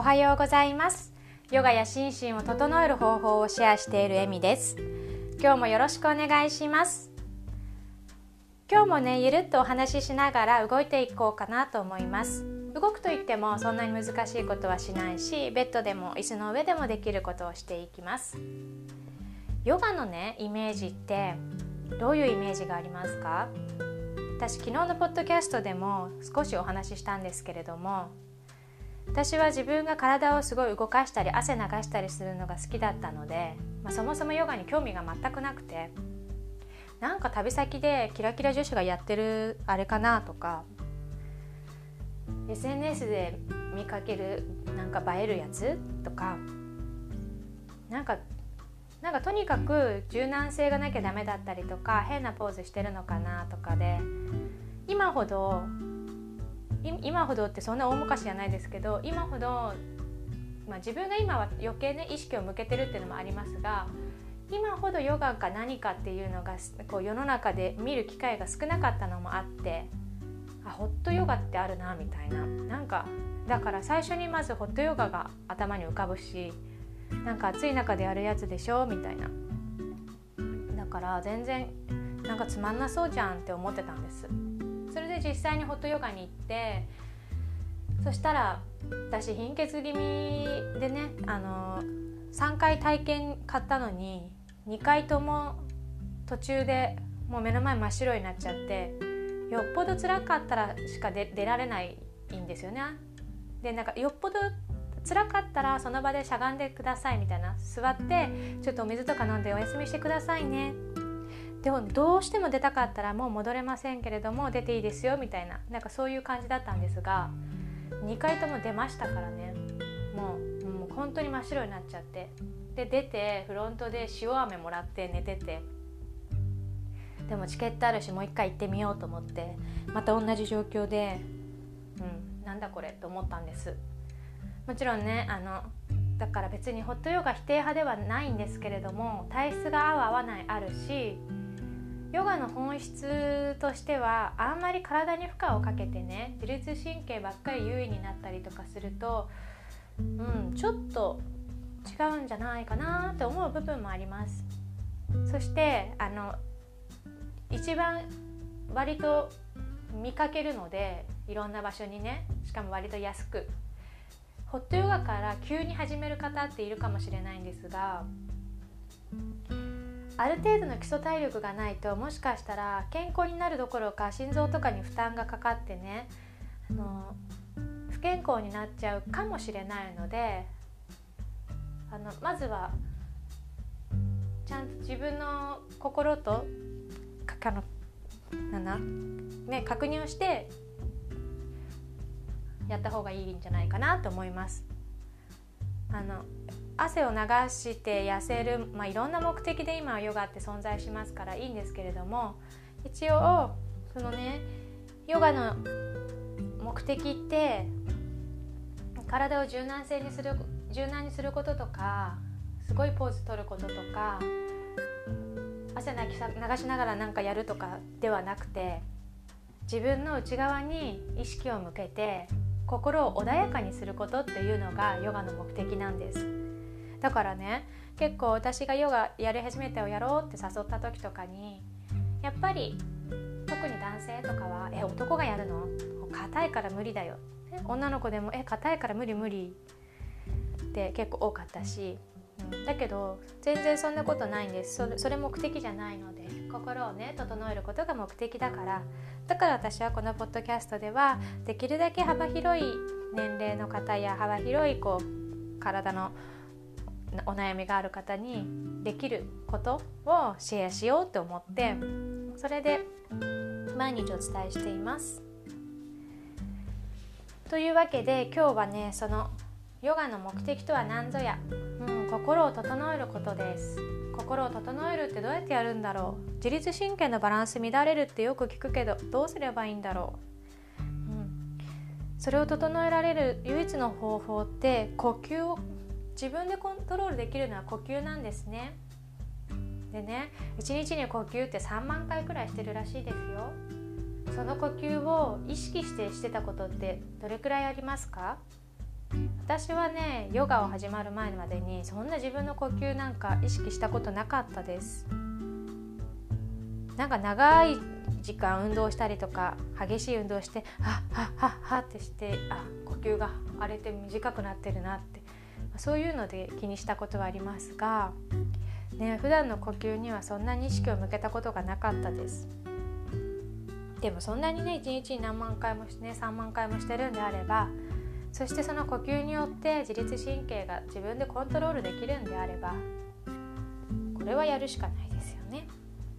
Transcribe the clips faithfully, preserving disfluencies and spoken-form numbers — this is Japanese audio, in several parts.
はようございます。ヨガや心身を整える方法をシェアしているエミです。今日もよろしくお願いします。今日もね、ゆるっとお話ししながら動いていこうかなと思います。動くといってもそんなに難しいことはしないし、ベッドでも椅子の上でもできることをしていきます。ヨガのね、イメージってどういうイメージがありますか？私昨日のポッドキャストでも少しお話ししたんですけれども、私は自分が体をすごい動かしたり汗流したりするのが好きだったので、まあ、そもそもヨガに興味が全くなくて、なんか旅先でキラキラ女子がやってるあれかなとか、 エスエヌエス で見かけるなんか映えるやつとか、なんかなんかとにかく柔軟性がなきゃダメだったりとか、変なポーズしてるのかなとかで、今ほど今ほどってそんな大昔じゃないですけど、今ほど、まあ、自分が今は余計ね意識を向けてるっていうのもありますが、今ほどヨガが何かっていうのがこう世の中で見る機会が少なかったのもあって、あ、ホットヨガってあるなみたいな、なんかだから最初にまずホットヨガが頭に浮かぶし、なんか暑い中でやるやつでしょみたいな、だから全然なんかつまんなそうじゃんって思ってたんです。それで実際にホットヨガに行って、そしたら私貧血気味でね、あのさんかい体験買ったのににかいとも途中でもう目の前真っ白になっちゃって、よっぽど辛かったらしか 出, 出られないんですよね。でなんかよっぽど辛かったらその場でしゃがんでくださいみたいな、座ってちょっとお水とか飲んでお休みしてくださいね、でもどうしても出たかったらもう戻れませんけれども出ていいですよみたいな、なんかそういう感じだったんですが、にかいとも出ましたからね、もう、もう本当に真っ白になっちゃって、で出てフロントで塩飴もらって寝てて、でもチケットあるしもう一回行ってみようと思って、また同じ状況で、うん、なんだこれと思ったんです。もちろんね、あのだから別にホットヨガ否定派ではないんですけれども、体質が合う合わないあるし、ヨガの本質としてはあんまり体に負荷をかけてね、自律神経ばっかり優位になったりとかすると、うん、ちょっと違うんじゃないかなって思う部分もあります。そしてあの一番割と見かけるので、いろんな場所にね、しかも割と安く、ホットヨガから急に始める方っているかもしれないんですが、ある程度の基礎体力がないと、もしかしたら健康になるどころか心臓とかに負担がかかってね、あの不健康になっちゃうかもしれないので、あのまずはちゃんと自分の心とかのなんだ、ね、確認をしてやった方がいいんじゃないかなと思います。あの汗を流して痩せる、まあ、いろんな目的で今はヨガって存在しますからいいんですけれども、一応そのね、ヨガの目的って体を柔軟性にする柔軟にすることとか、すごいポーズ取ることとか、汗流しながらなんかやるとかではなくて、自分の内側に意識を向けて心を穏やかにすることっていうのがヨガの目的なんです。だからね、結構私がヨガやり始めてをやろうって誘った時とかに、やっぱり特に男性とかは、え男がやるの硬いから無理だよ、女の子でもえ硬いから無理無理って結構多かったし、うん、だけど全然そんなことないんです。それ、それ目的じゃないので、心をね整えることが目的だから、だから私はこのポッドキャストではできるだけ幅広い年齢の方や幅広いこう体のお悩みがある方にできることをシェアしようと思って、それで毎日お伝えしています。というわけで今日はね、そのヨガの目的とは何ぞや、うん、心を整えることです。心を整えるってどうやってやるんだろう。自律神経のバランス乱れるってよく聞くけど、どうすればいいんだろう、うん、それを整えられる唯一の方法って呼吸を自分でコントロールできるのは呼吸なんですね。でね、いちにちに呼吸ってさんまんかいくらいしてるらしいですよ。その呼吸を意識してしてたことってどれくらいありますか？ 私はねヨガを始まる前までにそんな自分の呼吸なんか意識したことなかったです。なんか長い時間運動したりとか激しい運動してはっはっはっはってしてあ呼吸が荒れて短くなってるなってそういうので気にしたことはありますが、ね、普段の呼吸にはそんなに意識を向けたことがなかったです。でもそんなにねいちにちに何万回もねさんまんかいもしてるんであれば、そしてその呼吸によって自律神経が自分でコントロールできるんであれば、これはやるしかないですよね。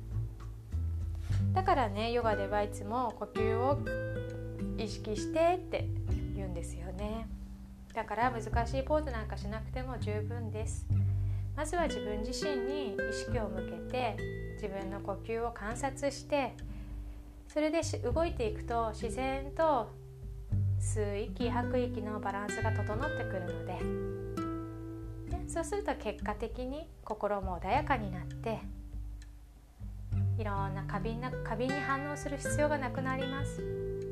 だからねヨガではいつも呼吸を意識してって言うんですよね。だから難しいポーズなんかしなくても十分です。まずは自分自身に意識を向けて自分の呼吸を観察して、それで動いていくと自然と吸う息吐く息のバランスが整ってくるので、でそうすると結果的に心も穏やかになっていろんな過敏な過敏に反応する必要がなくなります。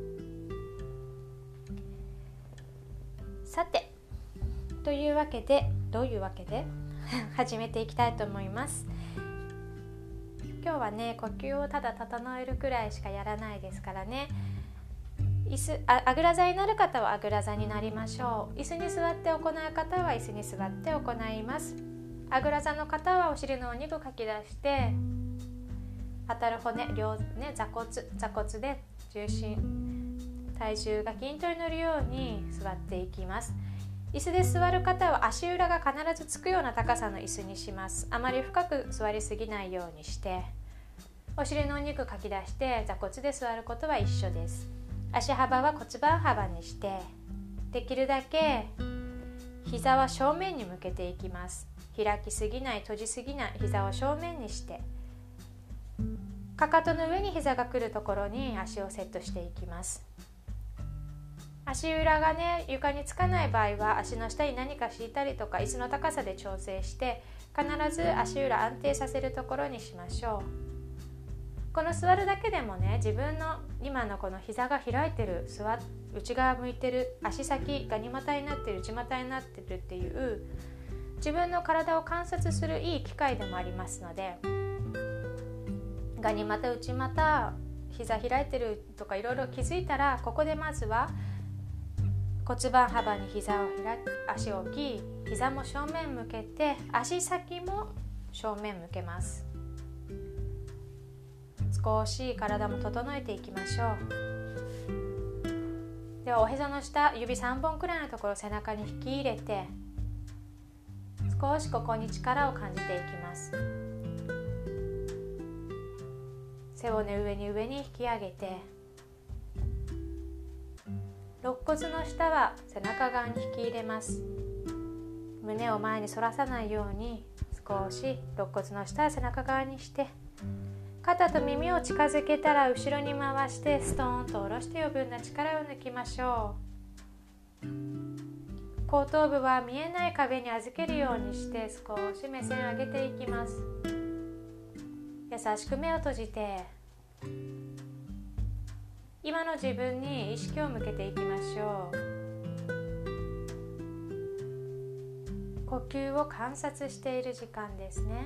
さてというわけでどういうわけで始めていきたいと思います。今日はね呼吸をただ整えるくらいしかやらないですからね、椅子 あ, あぐら座になる方はあぐら座になりましょう。椅子に座って行う方は椅子に座って行います。あぐら座の方はお尻のお肉かき出して当たる骨両、ね、座骨座骨で重心体重が均等に乗るように座っていきます。椅子で座る方は足裏が必ずつくような高さの椅子にします。あまり深く座りすぎないようにしてお尻のお肉かき出して座骨で座ることは一緒です。足幅は骨盤幅にしてできるだけ膝は正面に向けていきます。開きすぎない閉じすぎない膝を正面にしてかかとの上に膝が来るところに足をセットしていきます。足裏がね床につかない場合は足の下に何か敷いたりとか椅子の高さで調整して必ず足裏安定させるところにしましょう。この座るだけでもね自分の今のこの膝が開いてる座内側向いてる足先ガニ股になってる内股になってるっていう自分の体を観察するいい機会でもありますので、ガニ股内股膝開いてるとかいろいろ気づいたらここでまずは骨盤幅に膝を開き足を置き膝も正面向けて足先も正面向けます。少し体も整えていきましょう。ではおへその下指さんぼんくらいのところを背中に引き入れて少しここに力を感じていきます。背骨上に上に引き上げて肋骨の下は背中側に引き入れます。胸を前に反らさないように少し肋骨の下は背中側にして肩と耳を近づけたら後ろに回してストーンと下ろして余分な力を抜きましょう。後頭部は見えない壁に預けるようにして少し目線を上げていきます。優しく目を閉じて今の自分に意識を向けていきましょう。呼吸を観察している時間ですね。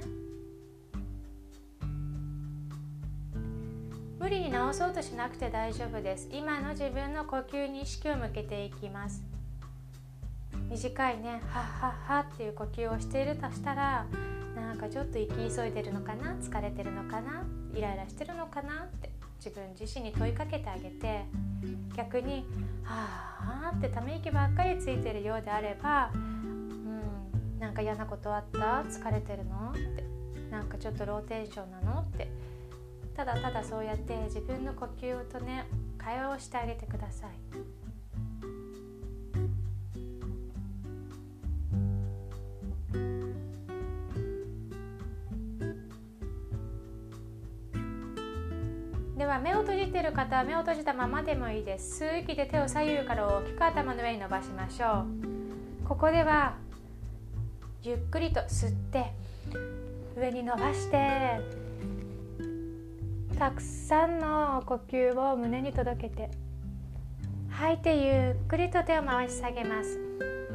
無理に直そうとしなくて大丈夫です。今の自分の呼吸に意識を向けていきます。短いねはっはっはっていう呼吸をしているとしたらなんかちょっと息急いでるのかな、疲れてるのかな、イライラしてるのかなって自分自身に問いかけてあげて、逆にはぁーってため息ばっかりついてるようであれば、うん、なんか嫌なことあった？疲れてるの？ってなんかちょっとローテンションなの？ってただただそうやって自分の呼吸とね会話をしてあげてください。では目を閉じている方は目を閉じたままでもいいです。吸う息で手を左右から大きく頭の上に伸ばしましょう。ここではゆっくりと吸って上に伸ばしてたくさんの呼吸を胸に届けて、吐いてゆっくりと手を回し下げます。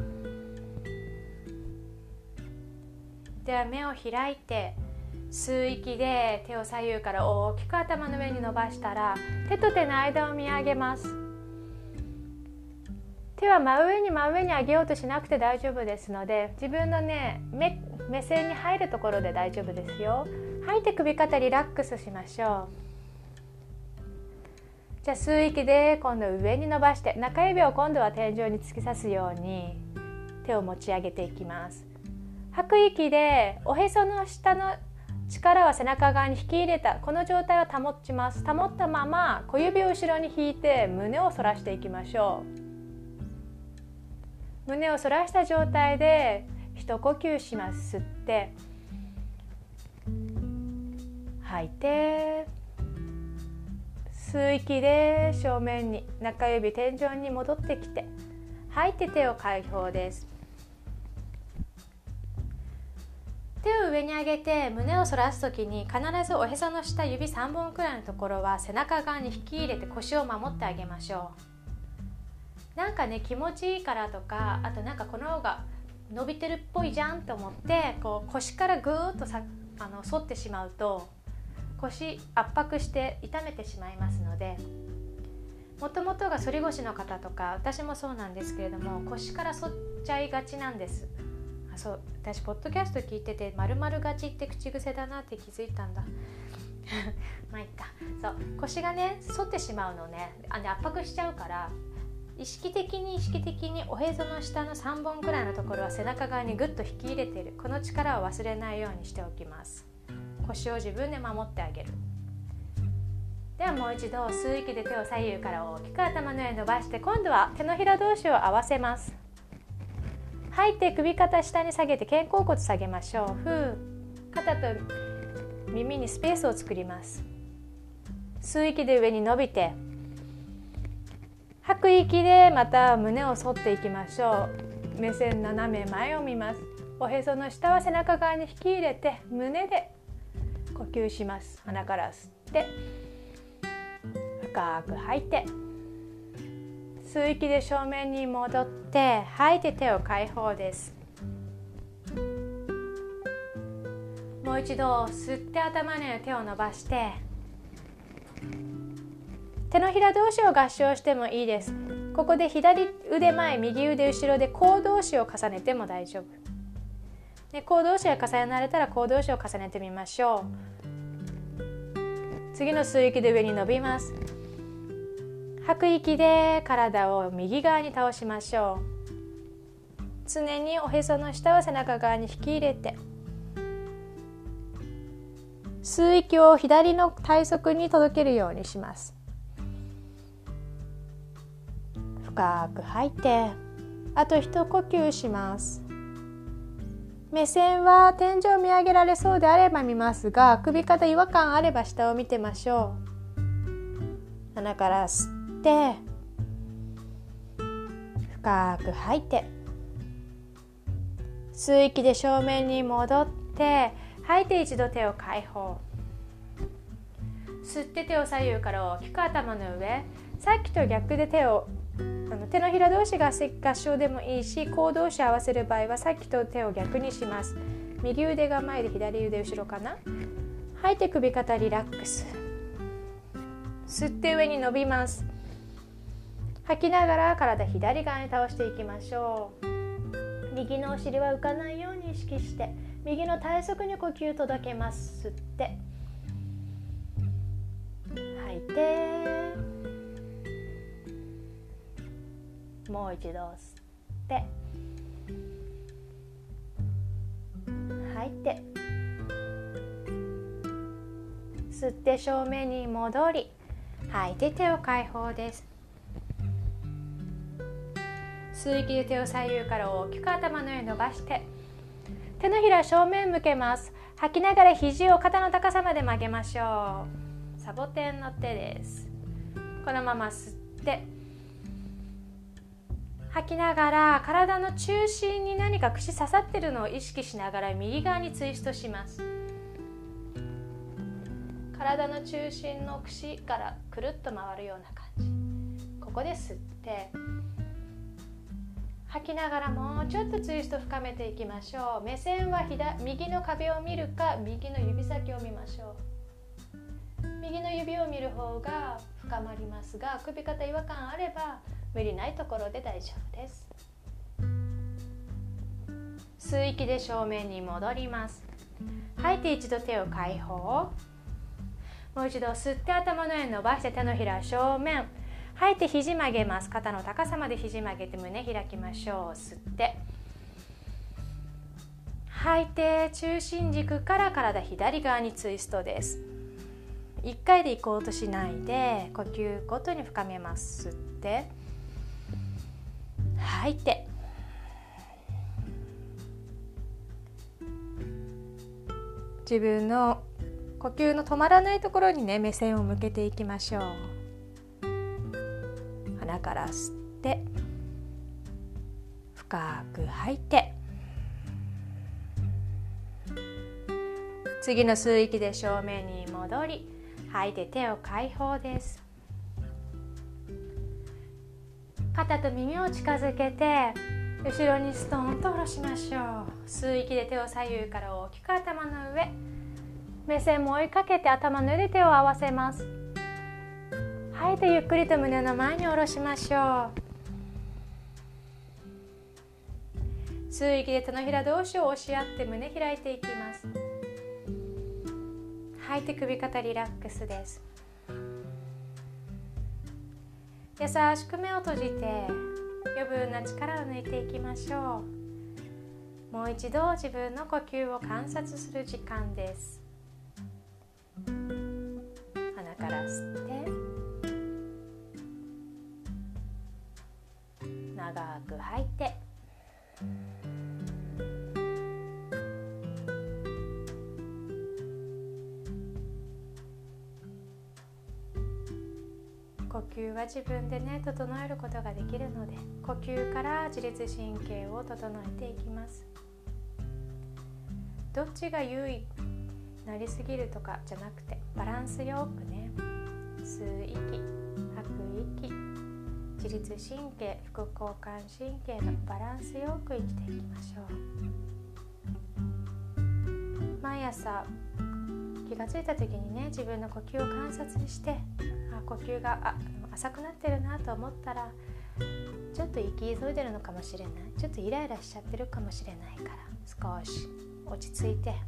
では目を開いて、吸う息で手を左右から大きく頭の上に伸ばしたら、手と手の間を見上げます。手は真上に真上に上げようとしなくて大丈夫ですので、自分のね 目, 目線に入るところで大丈夫ですよ。吐いて首肩リラックスしましょう。じゃあ吸う息で今度上に伸ばして、中指を今度は天井に突き刺すように手を持ち上げていきます。吐く息でおへその下の力は背中側に引き入れた、この状態を保ちます。保ったまま小指を後ろに引いて胸を反らしていきましょう。胸を反らした状態で一呼吸します。吸って吐いて、吸う息で正面に中指天井に戻ってきて、吐いて手を解放です。手を上に上げて胸を反らすときに、必ずおへその下指さんぼんくらいのところは背中側に引き入れて腰を守ってあげましょう。なんかね気持ちいいからとか、あとなんかこの方が伸びてるっぽいじゃんと思ってこう腰からぐーっとさあの反ってしまうと腰圧迫して痛めてしまいますので、もともとが反り腰の方とか、私もそうなんですけれども、腰から反っちゃいがちなんです。あ、そう、私ポッドキャスト聞いてて丸々がちって口癖だなって気づいたんだまあいっか。そう、腰がね反ってしまうのね、あの圧迫しちゃうから、意識的に意識的におへその下のさんぼんくらいのところは背中側にぐっと引き入れている、この力を忘れないようにしておきます。腰を自分で守ってあげる。ではもう一度吸う息で手を左右から大きく頭の上に伸ばして、今度は手のひら同士を合わせます。吐いて首肩下に下げて肩甲骨下げましょう。ふう、肩と耳にスペースを作ります。吸う息で上に伸びて、吐く息でまた胸を反っていきましょう。目線斜め前を見ます。おへその下は背中側に引き入れて胸で呼吸します。鼻から吸って深く吐いて、吸う息で正面に戻って吐いて手を解放です。もう一度吸って頭の上手を伸ばして、手のひら同士を合掌してもいいです。ここで左腕前右腕後ろで甲同士を重ねても大丈夫で、甲同士が重ねられたら甲同士を重ねてみましょう。次の吸う息で上に伸びます。吐く息で体を右側に倒しましょう。常におへその下は背中側に引き入れて、吸う息を左の体側に届けるようにします。深く吐いて、あと一呼吸します。目線は天井を見上げられそうであれば見ますが、首肩違和感あれば下を見てましょう。鼻から吸って深く吐いて、吸う息で正面に戻って吐いて一度手を解放。吸って手を左右から大きく頭の上、さっきと逆で手をあの手のひら同士が合掌でもいいし、甲同士合わせる場合はさっきと手を逆にします。右腕が前で左腕後ろかな。吐いて首肩リラックス。吸って上に伸びます。吐きながら体左側に倒していきましょう。右のお尻は浮かないように意識して右の体側に呼吸届けます。吸って吐いて、もう一度吸って吐いて、吸って正面に戻り、吐いて手を解放です。吸う息で手を左右から大きく頭の上に伸ばして、手のひら正面向けます。吐きながら肘を肩の高さまで曲げましょう。サボテンの手です。このまま吸って吐きながら体の中心に何か串刺さってるのを意識しながら右側にツイストします。体の中心の串からくるっと回るような感じ。ここで吸って吐きながらもうちょっとツイスト深めていきましょう。目線は左右の壁を見るか右の指先を見ましょう。右の指を見る方が深まりますが、首肩違和感あれば無理ないところで大丈夫です。吸う息で正面に戻ります。吐いて一度手を解放。もう一度吸って頭の上伸ばして手のひら正面。吐いて肘曲げます。肩の高さまで肘曲げて胸開きましょう。吸って吐いて中心軸から体左側にツイストです。いっかいで行こうとしないで呼吸ごとに深めます。吸って吐いて自分の呼吸の止まらないところにね目線を向けていきましょう。鼻から吸って深く吐いて、次の吸う息で正面に戻り、吐いて手を解放です。肩と耳を近づけて後ろにストーンと下ろしましょう。吸う息で手を左右から大きく頭の上、目線も追いかけて頭の上で手を合わせます。吐いてゆっくりと胸の前に下ろしましょう。吸う息で手のひら同士を押し合って胸開いていきます。吐いて首肩リラックスです。優しく目を閉じて余分な力を抜いていきましょう。もう一度自分の呼吸を観察する時間です。鼻から吸って長く吐いて、呼吸は自分でね整えることができるので、呼吸から自律神経を整えていきます。どっちが優位なりすぎるとかじゃなくて、バランスよくね、吸う息、吐く息、自律神経、副交感神経のバランスよく生きていきましょう。毎朝気がついた時にね、自分の呼吸を観察して、あ、呼吸があ浅くなってるなと思ったら、ちょっと息急いでるのかもしれない、ちょっとイライラしちゃってるかもしれないから、少し落ち着いて、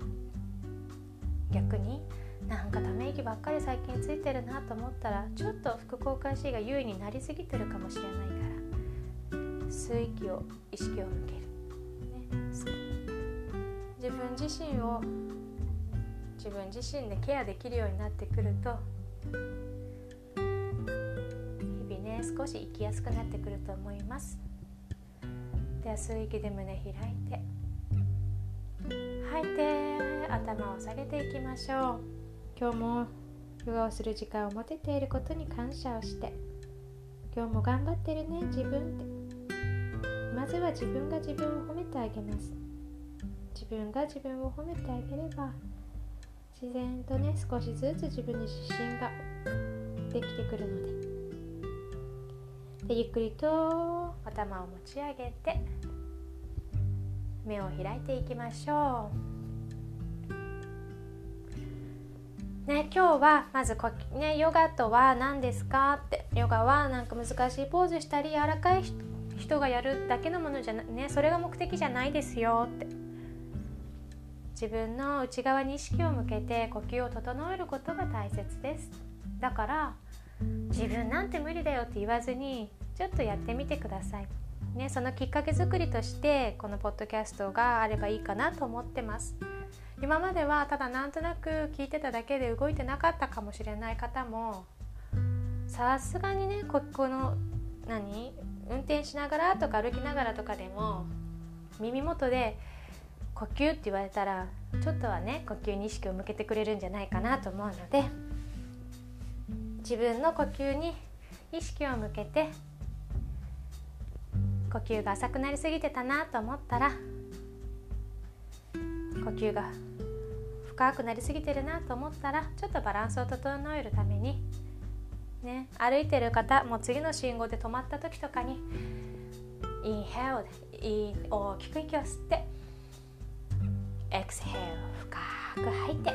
逆になんかため息ばっかり最近ついてるなと思ったら、ちょっと副交感神経が優位になりすぎてるかもしれないから、吸う息を意識を向ける、ね、自分自身を自分自身でケアできるようになってくると、日々ね少し生きやすくなってくると思います。では吸う息で胸開いて、吐いて頭を下げていきましょう。今日もヨガをする時間を持てていることに感謝をして、今日も頑張ってるね自分って、まずは自分が自分を褒めてあげます。自分が自分を褒めてあげれば、自然とね少しずつ自分に自信ができてくるので、でゆっくりと頭を持ち上げて目を開いていきましょう。ね、今日はまずこ、ね、ヨガとは何ですかって、ヨガはなんか難しいポーズしたり柔らかい人がやるだけのものじゃなね、それが目的じゃないですよって、自分の内側に意識を向けて呼吸を整えることが大切です。だから自分なんて無理だよって言わずに、ちょっとやってみてください、ね、そのきっかけ作りとしてこのポッドキャストがあればいいかなと思ってます。今まではただなんとなく聞いてただけで動いてなかったかもしれない方も、さすがにねここの何運転しながらとか歩きながらとかでも耳元で呼吸って言われたら、ちょっとはね呼吸に意識を向けてくれるんじゃないかなと思うので、自分の呼吸に意識を向けて、呼吸が浅くなりすぎてたなと思ったら、呼吸が深くなりすぎてるなと思ったら、ちょっとバランスを整えるためにね、歩いてる方も次の信号で止まった時とかに Inhale い大きく息を吸って Exhale 深く吐いて、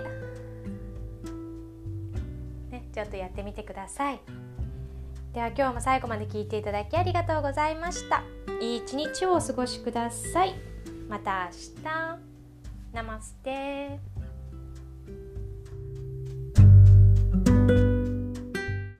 ね、ちょっとやってみてください。では今日も最後まで聞いていただきありがとうございました。いい一日をお過ごしください。また明日。ナマステ。